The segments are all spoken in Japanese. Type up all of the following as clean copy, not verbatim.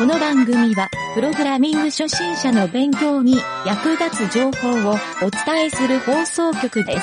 の番組は、プログラミング初心者の勉強に役立つ情報をお伝えする放送局です。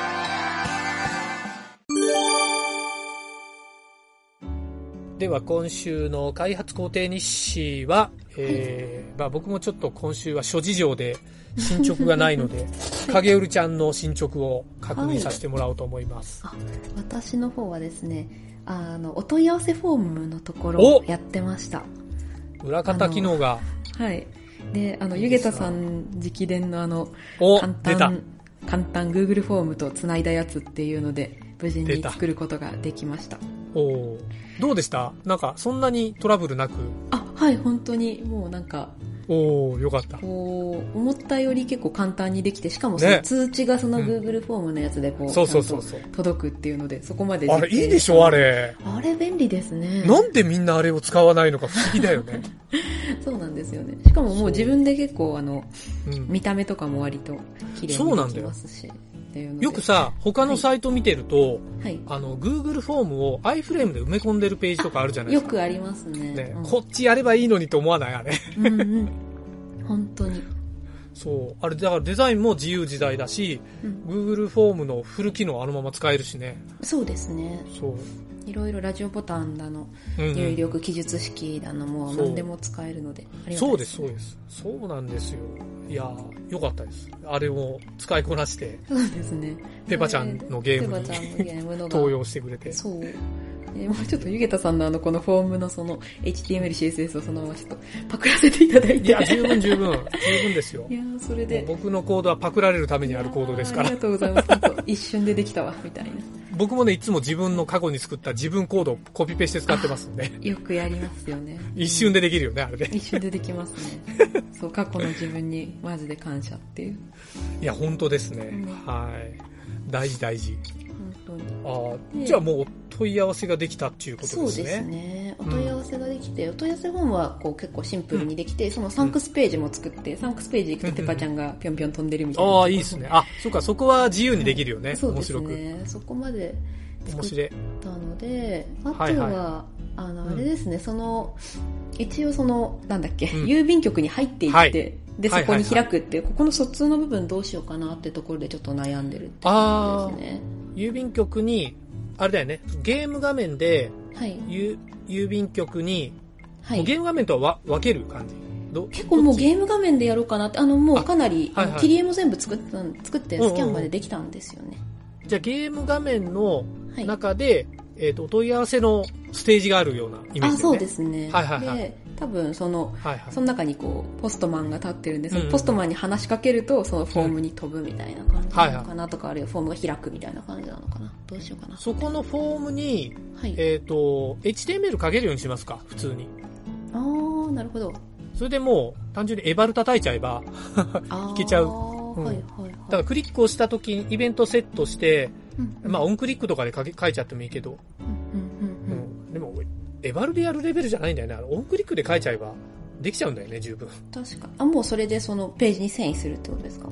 では今週の開発工程日誌は、僕もちょっと今週は諸事情で進捗がないので、影うるちゃんの進捗を確認させてもらおうと思います。 私の方はですね、お問い合わせフォームのところをやってました。 裏方機能が。 はい。で、ゆげたさん直伝の簡単 Google フォームと繋いだやつっていうので、無事に作ることができました。 どうでした？なんか、そんなにトラブルなく？ はい、本当に、もうなんか、 よかった。 思ったより結構簡単にできて、しかもその通知がその Google フォームのやつでそう届くっていうので、そこまで。 あれ、いいでしょ、あれ。 あれ便利ですね。 なんでみんなあれを使わないのか不思議だよね。 そうなんですよね。しかももう自分で結構見た目とかも割と綺麗にできますし。 よくさ、他のサイト見てると、Google フォームを iFrame で埋め込んでるページとかあるじゃないですか。 よくありますね。 こっちやればいいのにと思わないあれ。 本当に。 そう。あれ、だからデザインも自由自在だし、Google フォームのフル機能あのまま使えるしね。 そうですね。 そう。 いろいろラジオボタンだの、入力記述式だのも何でも使えるので、 そうです、そうです。そうなんですよ。いやー、よかったです。あれを使いこなして。 そうですね。 ペパちゃんのゲームに登用してくれて。 そう。もうちょっとゆげたさんのこのフォームのその HTML、CSS をそのままちょっとパクらせていただいて。 いや、十分ですよ。 いや、それで。 僕のコードはパクられるためにあるコードですから。 ありがとうございます。一瞬でできたわ、みたいな。 僕もね、いつも自分の過去に作った自分コードをコピペして使ってますんで。 よくやりますよね。 一瞬でできるよね、あれで。 一瞬でできますね。そう、過去の自分にマジで感謝っていう。 いや、本当ですね。はい。大事。 本当に。 じゃあもうお問い合わせができたっていうことですね。 そうですね。お問い合わせができて、お問い合わせフォームは結構シンプルにできて、そのサンクスページも作って、サンクスページ行くとペパちゃんがぴょんぴょん飛んでるみたいな。 いいですね。そうか、そこは自由にできるよね。 そうですね。そこまで作ったので、あとは、あれですね、一応なんだっけ、郵便局に入っていって、で、そこに開くっていう、ここの疎通の部分どうしようかなってところでちょっと悩んでるって感じですね。 郵便局に、あれだよね、ゲーム画面で、郵便局に、ゲーム画面とは分ける感じ？ 結構もうゲーム画面でやろうかなって、もうかなり、切り絵も全部作ってスキャンまでできたんですよね。 じゃあゲーム画面の中で、お問い合わせのステージがあるようなイメージですね。 そうですね。で、多分その中にポストマンが立ってるんで、そのポストマンに話しかけると、そのフォームに飛ぶみたいな感じなのかなとか、あるいはフォームが開くみたいな感じなのかな。どうしようかな。 そこのフォームに、HTML 書けるようにしますか、普通に。 なるほど。 それでもう、単純にエバル叩いちゃえば、いけちゃう。だからクリックをしたときにイベントセットして、オンクリックとかで書いちゃってもいいけど、でも、エバルでやるレベルじゃないんだよね。オンクリックで書いちゃえば、できちゃうんだよね、十分。 確か。もうそれでそのページに遷移するってことですか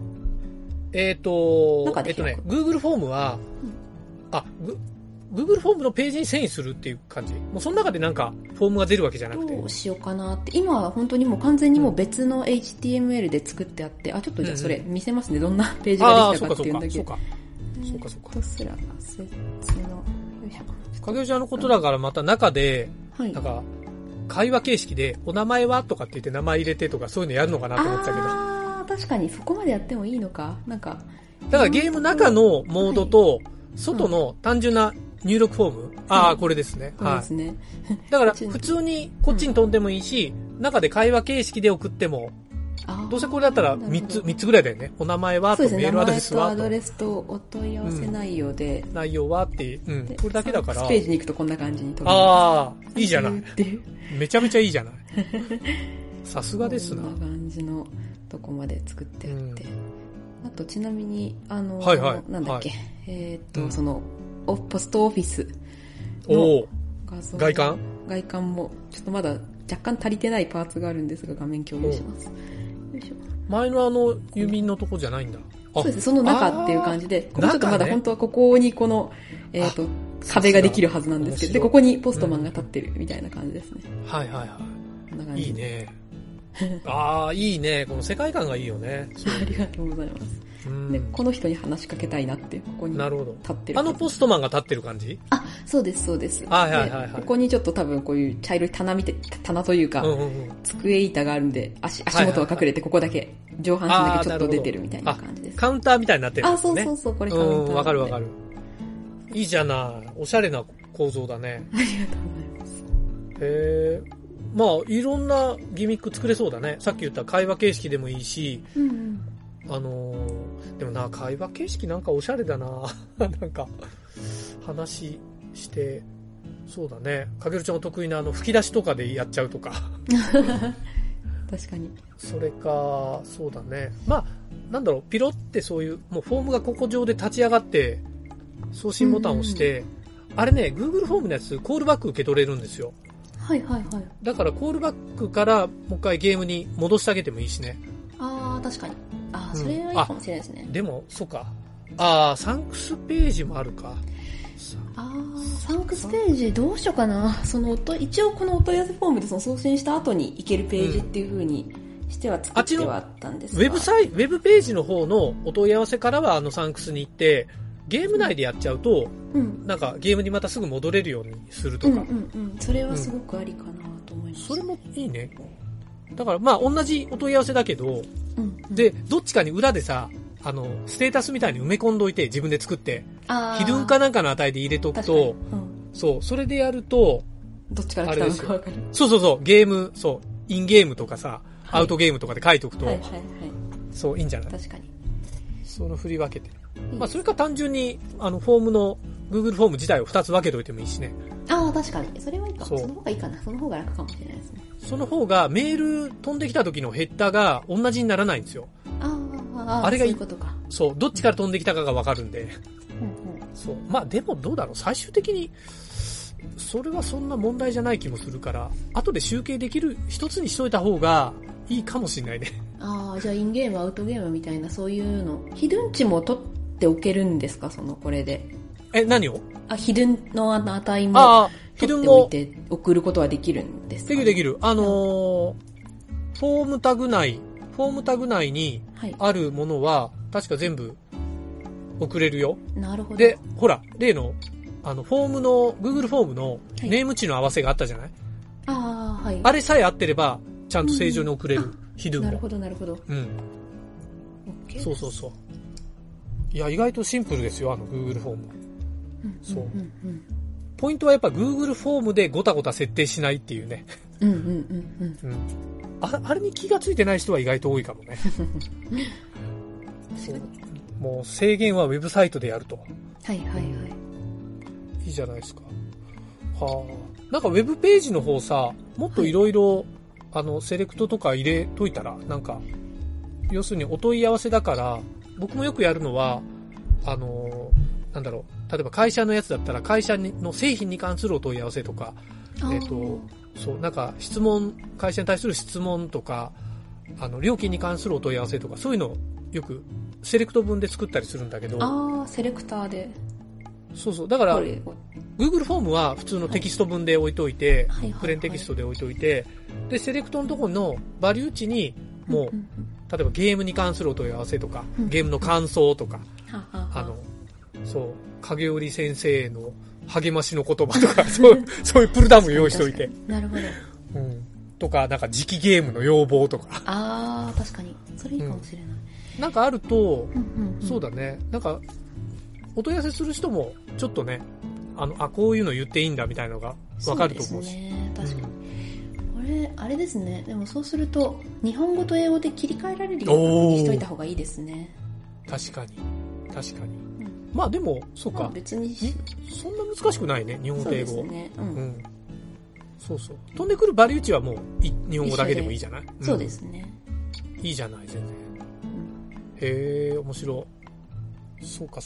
Google フォームは、Google フォームのページに遷移するっていう感じ。もうその中でなんかフォームが出るわけじゃなくて。 どうしようかなって。今は本当にもう完全にもう別の HTML で作ってあって、ちょっとじゃあそれ見せますね。どんなページができたかっていうんだけど。そうか。 設置の。影尾ちゃんのことだからまた中で、なんか、会話形式で、お名前はとかって言って名前入れてとかそういうのやるのかなと思ってたけど。 確かにそこまでやってもいいのか。なんか。 だからゲーム中のモードと、外の単純な入力フォーム。これですね。 そうですね。 だから、普通にこっちに飛んでもいいし、中で会話形式で送っても、どうせこれだったら3つぐらいだよね。お名前はと、メールアドレスはと。 名前とアドレスとお問い合わせ内容で。 内容はって、これだけだから。 ページに行くとこんな感じに飛ぶ。 いいじゃない。めちゃめちゃいいじゃない。さすがですな。 こんな感じのとこまで作ってあって。あと、ちなみに、なんだっけ。その、ポストオフィスの画像。外観も、ちょっとまだ若干足りてないパーツがあるんですが、画面共有します。 前の郵便のとこじゃないんだ。 そうですね、その中っていう感じで、ここちょっとまだ本当はここにこの、壁ができるはずなんですけど、で、ここにポストマンが立ってるみたいな感じですね。 な感じ。 いいね。ああ、いいね。この世界観がいいよね。 ありがとうございます。で、この人に話しかけたいなって、ここに立ってる。 ポストマンが立ってる感じ？ あ、そうです、そうです。 はいはいはい。 ここにちょっと多分こういう茶色い棚というか、机板があるんで、足元は隠れて、ここだけ、上半身だけちょっと出てるみたいな感じです。 カウンターみたいになってるんですね。 あ、そう、これカウンター。 わかるわかる。いいじゃない。おしゃれな構造だね。 ありがとうございます。 へー。まあ、いろんなギミック作れそうだね。さっき言った会話形式でもいいし、でもな、会話形式なんかおしゃれだな。なんか、話して、そうだね。かげるちゃんが得意な吹き出しとかでやっちゃうとか。 確かに。 それか、そうだね。まあ、なんだろう、ピロってそういう、もうフォームがここ上で立ち上がって、送信ボタンを押して、あれね、Google フォームのやつ、コールバック受け取れるんですよ。 はいはいはい。 だからコールバックからもう一回ゲームに戻してあげてもいいしね。 ああ、確かに。ああ、それはいいかもしれないですね。 でも、そうか。ああ、サンクスページもあるか。 ああ、サンクスページどうしようかな。一応このお問い合わせフォームで送信した後に行けるページっていう風にしては作ってはあったんですが。 ウェブページの方のお問い合わせからはサンクスに行って、ゲーム内でやっちゃうと、なんかゲームにまたすぐ戻れるようにするとか。 それはすごくありかなと思います。 それもいいね。だからまあ同じお問い合わせだけど、で、どっちかに裏でさ、ステータスみたいに埋め込んどいて自分で作って、ヒドゥンかなんかの値で入れとくと、そう、それでやると、 どっちから来たのかわかる。 そう、ゲーム、そう、インゲームとかさ、アウトゲームとかで書いとくと、そう、いいんじゃない？ 確かに。 その振り分けて。まあ、それか単純に、フォームの、Google フォーム自体を2つ分けといてもいいしね。 ああ、確かに。それはいいかも。その方がいいかな。その方が楽かもしれないですね。 その方が、メール飛んできた時のヘッダーが同じにならないんですよ。 あれがいいことか。 そう、どっちから飛んできたかが分かるんで。そう。まあ、でもどうだろう。最終的に、それはそんな問題じゃない気もするから、後で集計できる一つにしといた方がいいかもしれないね。 ああ、じゃあインゲーム、アウトゲームみたいなそういうの。ヒドゥン値も取っておけるんですか？これで。 何を？ ヒドゥンの値も取っておいて送ることはできるんですか？ できる。フォームタグ内にあるものは、確か全部送れるよ。 なるほど。 で、ほら、例の、フォームの、Google フォームのネーム値の合わせがあったじゃない？ はい。 あれさえ合ってれば、ちゃんと正常に送れる。ヒドゥンも。 なるほど。 そう。いや、意外とシンプルですよ、Google フォーム。そう。ポイントはやっぱ Google フォームでゴタゴタ設定しないっていうね。あれに気がついてない人は意外と多いかもね。もう制限はウェブサイトでやると。いいじゃないですか。なんかウェブページの方さ、もっといろいろ、セレクトとか入れといたら、なんか、要するにお問い合わせだから、僕もよくやるのは、なんだろう、例えば会社のやつだったら、会社の製品に関するお問い合わせとか、そう、なんか会社に対する質問とか、料金に関するお問い合わせとか、そういうのをよくセレクト文で作ったりするんだけど。 セレクターで。 そう。だから、Google フォームは普通のテキスト文で置いといて、プレーンテキストで置いといて、で、セレクトのところのバリュー値に、もう、例えばゲームに関するお問い合わせとか、ゲームの感想とか、そう、影織先生の励ましの言葉とか、そういうプルダム用意しといて。 なるほど。 とか、なんか次期ゲームの要望とか。 確かに。それいいかもしれない。 なんかあると、そうだね。なんか、お問い合わせする人も、ちょっとね、こういうの言っていいんだみたいなのがわかると思うし。 そうですね。確かに。これ、あれですね。でもそうすると、日本語と英語で切り替えられるようにしといた方がいいですね。 確かに。まあでも、そうか。 別にそんな難しくないね、日本語と英語。 そうですね。 そう。飛んでくるバリュー値はもう、日本語だけでもいいじゃない？ そうですね。 いいじゃない、全然。へえ、面白い。そうか。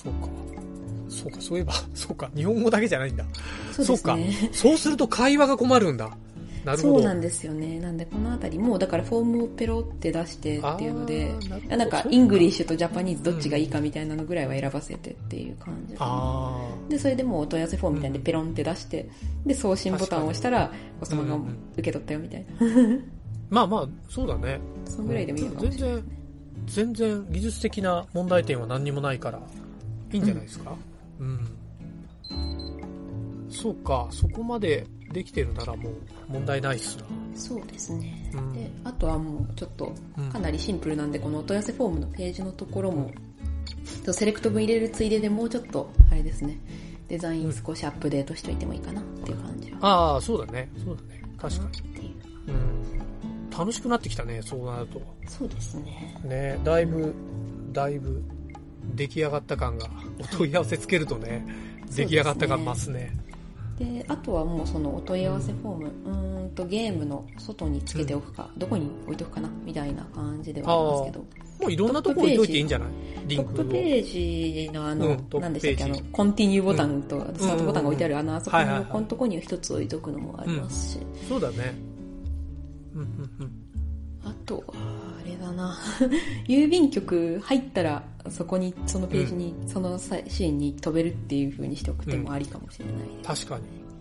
そういえば、日本語だけじゃないんだ。 そうですね。 そうか。そうすると会話が困るんだ。 なるほど。 そうなんですよね。なんでこのあたりもうだからフォームをペロって出してっていうので、なんかイングリッシュとジャパニーズどっちがいいかみたいなのぐらいは選ばせてっていう感じで、それでもうお問い合わせフォームみたいでペロンって出して、で送信ボタンを押したらお子様が受け取ったよみたいな。 まあまあそうだね。 そのぐらいでもいいのかもしれないですね。 全然技術的な問題点は何にもないからいいんじゃないですか。そうか、そこまでできてるならもう問題ないっすな。 そうですね。で、あとはもうちょっとかなりシンプルなんで、このお問い合わせフォームのページのところも、セレクト文入れるついででもうちょっとあれですね、デザイン少しアップデートしといてもいいかなっていう感じは。 ああ、そうだね。確かに。楽しくなってきたね、そうなると。 そうですね。 ね、だいぶ出来上がった感が、お問い合わせつけるとね、出来上がった感増すね。 で、あとはもうそのお問い合わせフォーム、ゲームの外につけておくか、どこに置いておくかなみたいな感じではありますけど。 もういろんなとこ置いといていいんじゃない？リンクを。 トップページの何でしたっけ、コンティニューボタンとスタートボタンが置いてあるあそこのこのとこに一つ置いとくのもありますし。 そうだね。 あとは、あれだな。郵便局入ったら、そこに、そのページに、そのシーンに飛べるっていう風にしておく手もありかもしれないです。 確か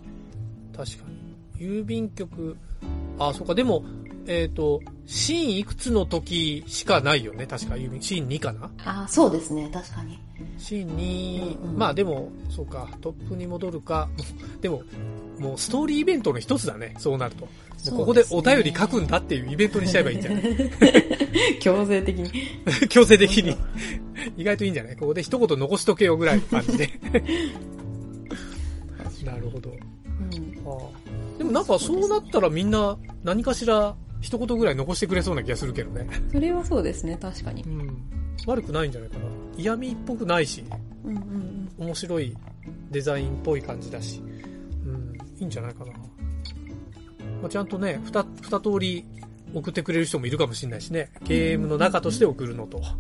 に。郵便局、そうか、でも、シーンいくつの時しかないよね、確か。シーン2かな？ そうですね、確かに。 シーン2、まあでも、そうか、トップに戻るか、でも、もうストーリーイベントの一つだね、そうなると。ここでお便り書くんだっていうイベントにしちゃえばいいんじゃない？ 強制的に。 強制的に。意外といいんじゃない？ここで一言残しとけよぐらいの感じで。なるほど。でもなんかそうなったらみんな何かしら一言ぐらい残してくれそうな気がするけどね。 それはそうですね、確かに。 悪くないんじゃないかな。嫌味っぽくないし、面白いデザインっぽい感じだし、いいんじゃないかな。ちゃんとね、二通り送ってくれる人もいるかもしれないしね。ゲームの中として送るのと。確か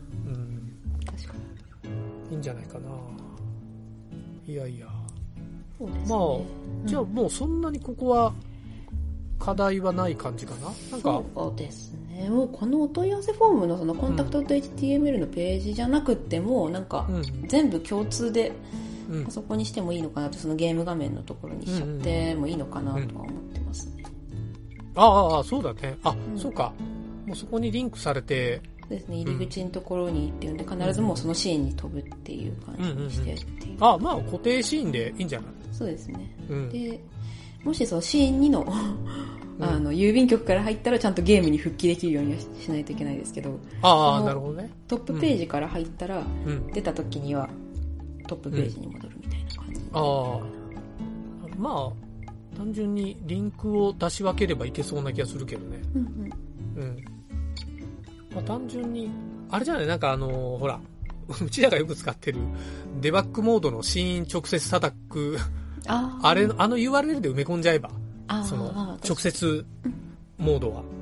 に。いいんじゃないかな。いや。 そうですね。 まあ、じゃあもうそんなにここは課題はない感じかな。なんか。 そうですね。もうこのお問い合わせフォームのそのコンタクト.html のページじゃなくっても、なんか全部共通で、あそこにしてもいいのかなと、そのゲーム画面のところにしちゃってもいいのかなとは思ってますね。 そうだね。そうか。もうそこにリンクされて。 そうですね、入り口のところにっていうんで、必ずもうそのシーンに飛ぶっていう感じにしてっていう。 まあ固定シーンでいいんじゃない？ そうですね。で、もしそのシーン2の郵便局から入ったらちゃんとゲームに復帰できるようにはしないといけないですけど。 なるほどね。 トップページから入ったら、出た時にはトップページに戻るみたいな感じになる。 まあ、単純にリンクを出し分ければいけそうな気がするけどね。まあ単純に、あれじゃない、なんかほら、うちらがよく使ってるデバッグモードのシーン直接叩く、あれ、URL で埋め込んじゃえば、その、直接モードは。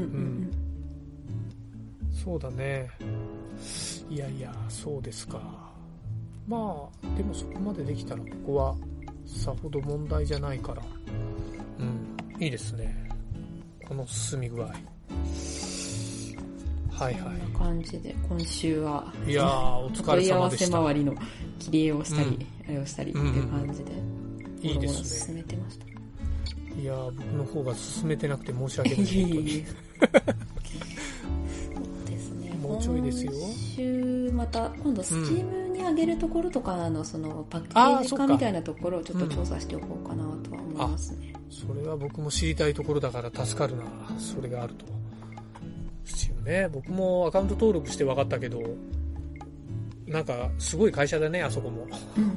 そうだね。いや、そうですか。まあ、でもそこまでできたら、ここは、さほど問題じゃないから、いいですね。この進み具合。 そんな感じで、今週は、 いやー、お疲れ様でした。 問い合わせ周りの切り絵をしたり、あれをしたりっていう感じで、 いいですね。 進めてました。 いやー、僕の方が進めてなくて申し訳ない。 そうですね。 もうちょいですよ。 今週、また、今度、スチームに上げるところとかその、パッケージ化みたいなところをちょっと調査しておこうかなとは思いますね。 それは僕も知りたいところだから助かるな。それがあると。スチームね、僕もアカウント登録して分かったけど、なんかすごい会社だね、あそこも。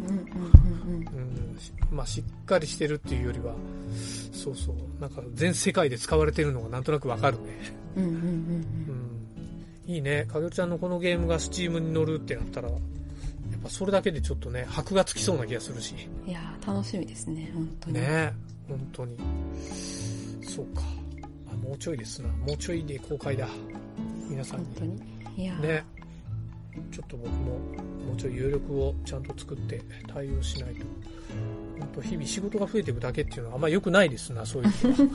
まあしっかりしてるっていうよりは、そうなんか全世界で使われてるのがなんとなく分かるね。いいね、かげるちゃんのこのゲームがスチームに乗るってなったら、やっぱそれだけでちょっとね、箔がつきそうな気がするし。 いやー、楽しみですね、本当に。 ね、本当に。そうか。もうちょいですな。もうちょいで公開だ。皆さんに。 本当に。いやね。ちょっと僕ももうちょい有力をちゃんと作って対応しないと。 本当日々仕事が増えていくだけっていうのはあんまり良くないですな、そういうの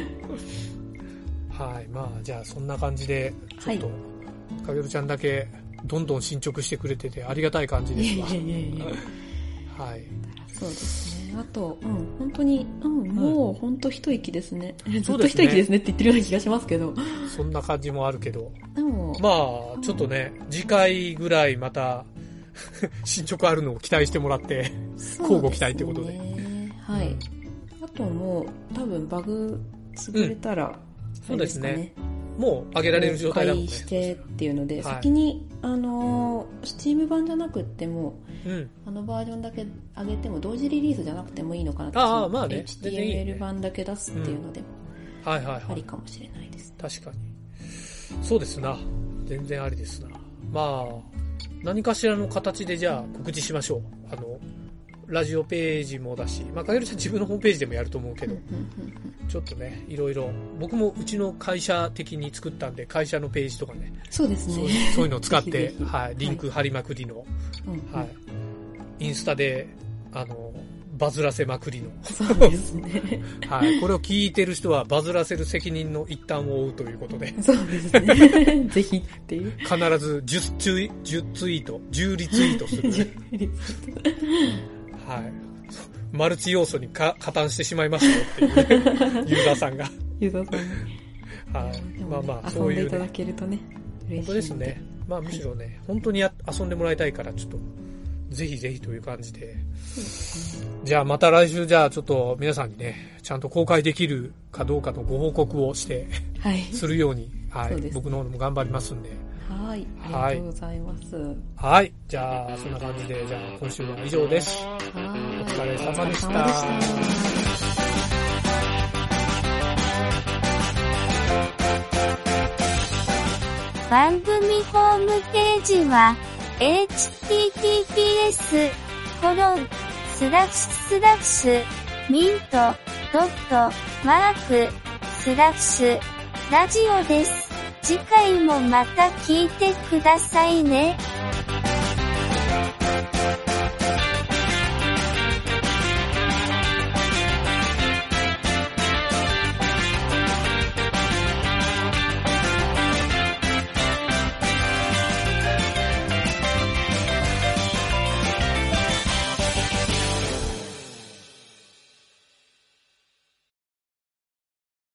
は。はい。まあ、じゃあそんな感じで、ちょっと、かげるちゃんだけ、どんどん進捗してくれててありがたい感じですわ。はい。 そうですね。あと、本当に、もう本当一息ですね。ずっと一息ですねって言ってるような気がしますけど。 そんな感じもあるけど。まあ、ちょっとね、次回ぐらいまた、進捗あるのを期待してもらって、交互期待ってことで。 はい。あともう、多分バグ潰れたら、 そうですね。もう上げられる状態だもんね。 公開してっていうので、先に、Steam 版じゃなくっても、バージョンだけ上げても、同時リリースじゃなくてもいいのかなと。 まあね。 HTML 版だけ出すっていうのでも、ありかもしれないです。 確かに。そうですな。全然ありですな。まあ、何かしらの形でじゃあ告知しましょう。ラジオページもだし、まあ、かげるちゃん自分のホームページでもやると思うけど、ちょっとね、いろいろ、僕もうちの会社的に作ったんで、会社のページとかね、 そうですね。 そういうのを使って、ぜひはい、リンク貼りまくりの、はい、インスタで、バズらせまくりの。 そうですね。 はい。これを聞いてる人はバズらせる責任の一端を負うということで。 そうですね。ぜひっていう。 必ず10ツイート、10リツイートする。はい。マルチ要素に加担してしまいましたよっていう、ね、ユーザーさんが。 ユーザーさんが。 はい。まあまあ、 そういう、ね。遊んでいただけるとね。 本当ですね。まあむしろね、本当に遊んでもらいたいから、ちょっと、ぜひぜひという感じで。じゃあまた来週じゃあちょっと皆さんにね、ちゃんと公開できるかどうかのご報告をして、するように、はい。僕の方でも頑張りますんで。 はい。ありがとうございます。 はい。じゃあ、そんな感じで、じゃあ今週は以上です。お疲れ様でした。 番組ホームページは、https://mint.mark/ラジオです。次回もまた聞いてくださいね。